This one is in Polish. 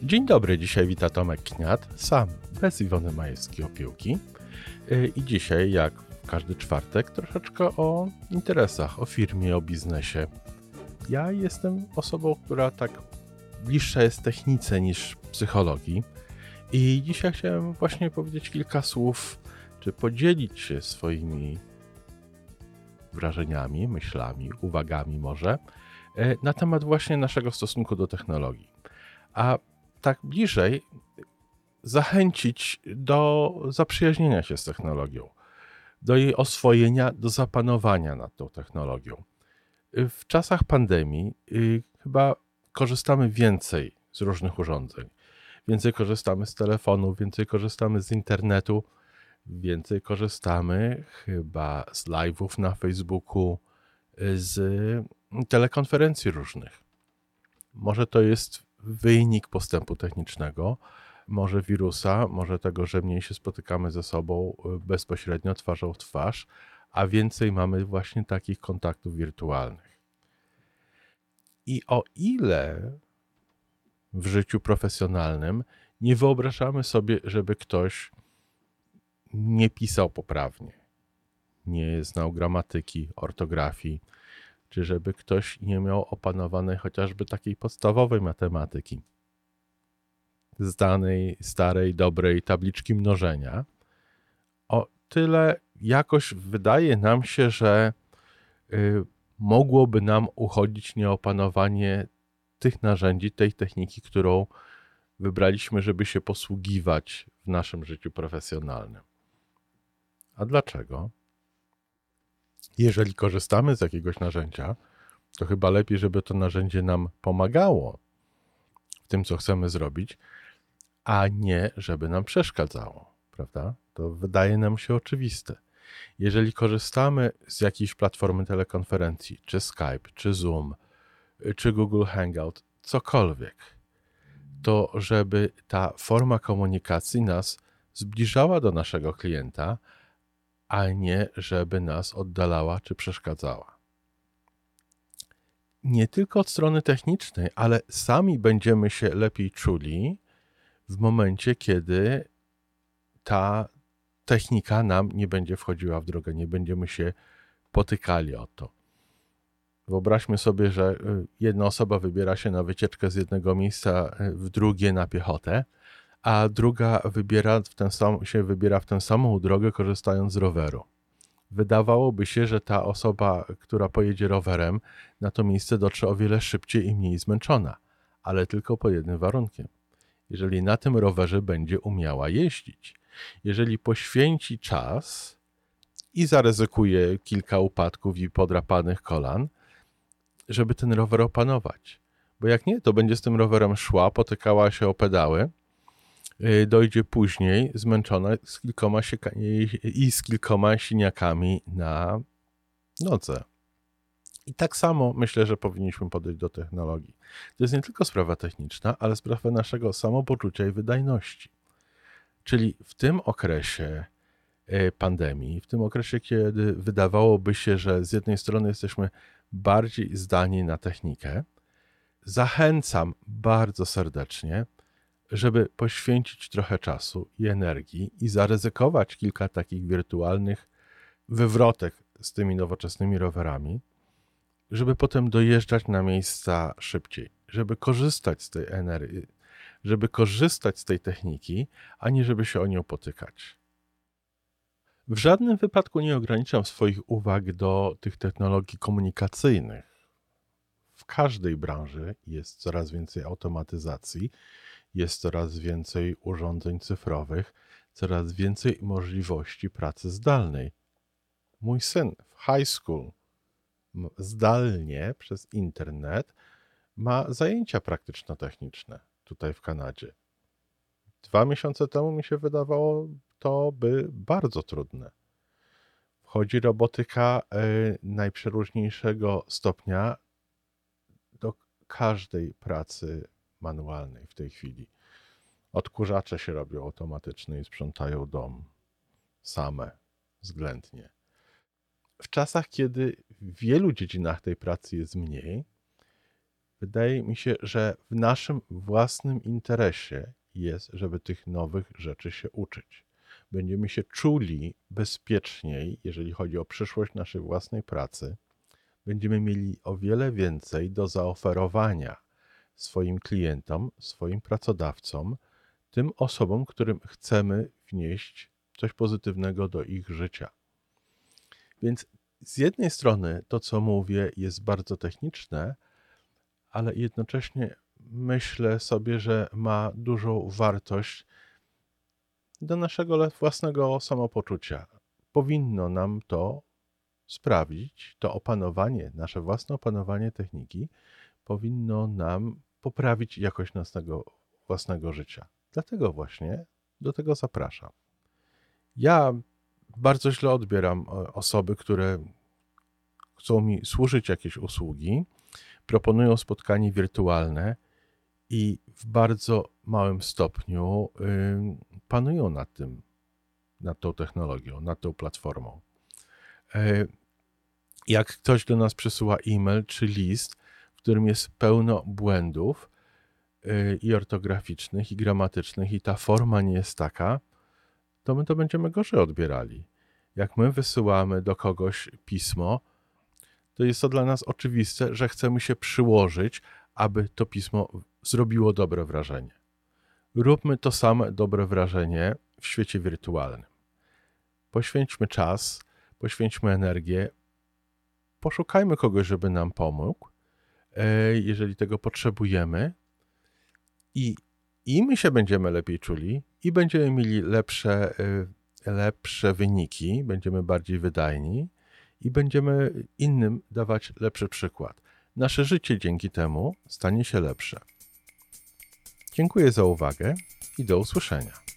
Dzień dobry, dzisiaj wita Tomek Kniat, sam, bez Iwony Majewskiej-Opiełki. I dzisiaj, jak każdy czwartek, troszeczkę o interesach, o firmie, o biznesie. Ja jestem osobą, która tak bliższa jest technice niż psychologii. I dzisiaj chciałem właśnie powiedzieć kilka słów, czy podzielić się swoimi wrażeniami, myślami, uwagami może, na temat właśnie naszego stosunku do technologii. A tak bliżej zachęcić do zaprzyjaźnienia się z technologią, do jej oswojenia, do zapanowania nad tą technologią. W czasach pandemii chyba korzystamy więcej z różnych urządzeń. Więcej korzystamy z telefonów, więcej korzystamy z internetu, więcej korzystamy chyba z live'ów na Facebooku, z telekonferencji różnych. Może to jest wynik postępu technicznego, może wirusa, może tego, że mniej się spotykamy ze sobą bezpośrednio twarzą w twarz, a więcej mamy właśnie takich kontaktów wirtualnych. I o ile w życiu profesjonalnym nie wyobrażamy sobie, żeby ktoś nie pisał poprawnie, nie znał gramatyki, ortografii, czy żeby ktoś nie miał opanowanej chociażby takiej podstawowej matematyki, znanej, starej, dobrej tabliczki mnożenia, o tyle jakoś wydaje nam się, że mogłoby nam uchodzić nieopanowanie tych narzędzi, tej techniki, którą wybraliśmy, żeby się posługiwać w naszym życiu profesjonalnym. A dlaczego? Jeżeli korzystamy z jakiegoś narzędzia, to chyba lepiej, żeby to narzędzie nam pomagało w tym, co chcemy zrobić, a nie, żeby nam przeszkadzało, prawda? To wydaje nam się oczywiste. Jeżeli korzystamy z jakiejś platformy telekonferencji, czy Skype, czy Zoom, czy Google Hangout, cokolwiek, to żeby ta forma komunikacji nas zbliżała do naszego klienta, a nie żeby nas oddalała czy przeszkadzała. Nie tylko od strony technicznej, ale sami będziemy się lepiej czuli w momencie, kiedy ta technika nam nie będzie wchodziła w drogę, nie będziemy się potykali o to. Wyobraźmy sobie, że jedna osoba wybiera się na wycieczkę z jednego miejsca w drugie na piechotę, a druga wybiera w tę samą drogę, korzystając z roweru. Wydawałoby się, że ta osoba, która pojedzie rowerem, na to miejsce dotrze o wiele szybciej i mniej zmęczona, ale tylko pod jednym warunkiem. Jeżeli na tym rowerze będzie umiała jeździć. Jeżeli poświęci czas i zaryzykuje kilka upadków i podrapanych kolan, żeby ten rower opanować. Bo jak nie, to będzie z tym rowerem szła, potykała się o pedały, dojdzie później zmęczona z kilkoma siniakami na nodze. I tak samo myślę, że powinniśmy podejść do technologii. To jest nie tylko sprawa techniczna, ale sprawa naszego samopoczucia i wydajności. Czyli w tym okresie pandemii, w tym okresie, kiedy wydawałoby się, że z jednej strony jesteśmy bardziej zdani na technikę, zachęcam bardzo serdecznie, żeby poświęcić trochę czasu i energii i zaryzykować kilka takich wirtualnych wywrotek z tymi nowoczesnymi rowerami, żeby potem dojeżdżać na miejsca szybciej, żeby korzystać z tej energii, żeby korzystać z tej techniki, a nie żeby się o nią potykać. W żadnym wypadku nie ograniczam swoich uwag do tych technologii komunikacyjnych. W każdej branży jest coraz więcej automatyzacji, jest coraz więcej urządzeń cyfrowych, coraz więcej możliwości pracy zdalnej. Mój syn w high school zdalnie przez internet ma zajęcia praktyczno-techniczne tutaj w Kanadzie. 2 miesiące temu mi się wydawało to bardzo trudne. Wchodzi robotyka najprzeróżniejszego stopnia do każdej pracy manualnej w tej chwili. Odkurzacze się robią automatyczne i sprzątają dom same, względnie. W czasach, kiedy w wielu dziedzinach tej pracy jest mniej, Wydaje mi się, że w naszym własnym interesie jest, żeby tych nowych rzeczy się uczyć. Będziemy się czuli bezpieczniej, jeżeli chodzi o przyszłość naszej własnej pracy. Będziemy mieli o wiele więcej do zaoferowania swoim klientom, swoim pracodawcom, tym osobom, którym chcemy wnieść coś pozytywnego do ich życia. Więc z jednej strony to, co mówię, jest bardzo techniczne, ale jednocześnie myślę sobie, że ma dużą wartość do naszego własnego samopoczucia. Powinno nam to sprawić, to opanowanie, nasze własne opanowanie techniki powinno nam poprawić jakość naszego własnego życia. Dlatego właśnie do tego zapraszam. Ja bardzo źle odbieram osoby, które chcą mi służyć jakieś usługi, proponują spotkanie wirtualne i w bardzo małym stopniu panują nad tym, nad tą technologią, nad tą platformą. Jak ktoś do nas przysyła e-mail czy list, w którym jest pełno błędów i ortograficznych, i gramatycznych, i ta forma nie jest taka, to my to będziemy gorzej odbierali. Jak my wysyłamy do kogoś pismo, to jest to dla nas oczywiste, że chcemy się przyłożyć, aby to pismo zrobiło dobre wrażenie. Róbmy to same dobre wrażenie w świecie wirtualnym. Poświęćmy czas, poświęćmy energię, poszukajmy kogoś, żeby nam pomógł, jeżeli tego potrzebujemy i my się będziemy lepiej czuli i będziemy mieli lepsze wyniki, będziemy bardziej wydajni i będziemy innym dawać lepszy przykład. Nasze życie dzięki temu stanie się lepsze. Dziękuję za uwagę i do usłyszenia.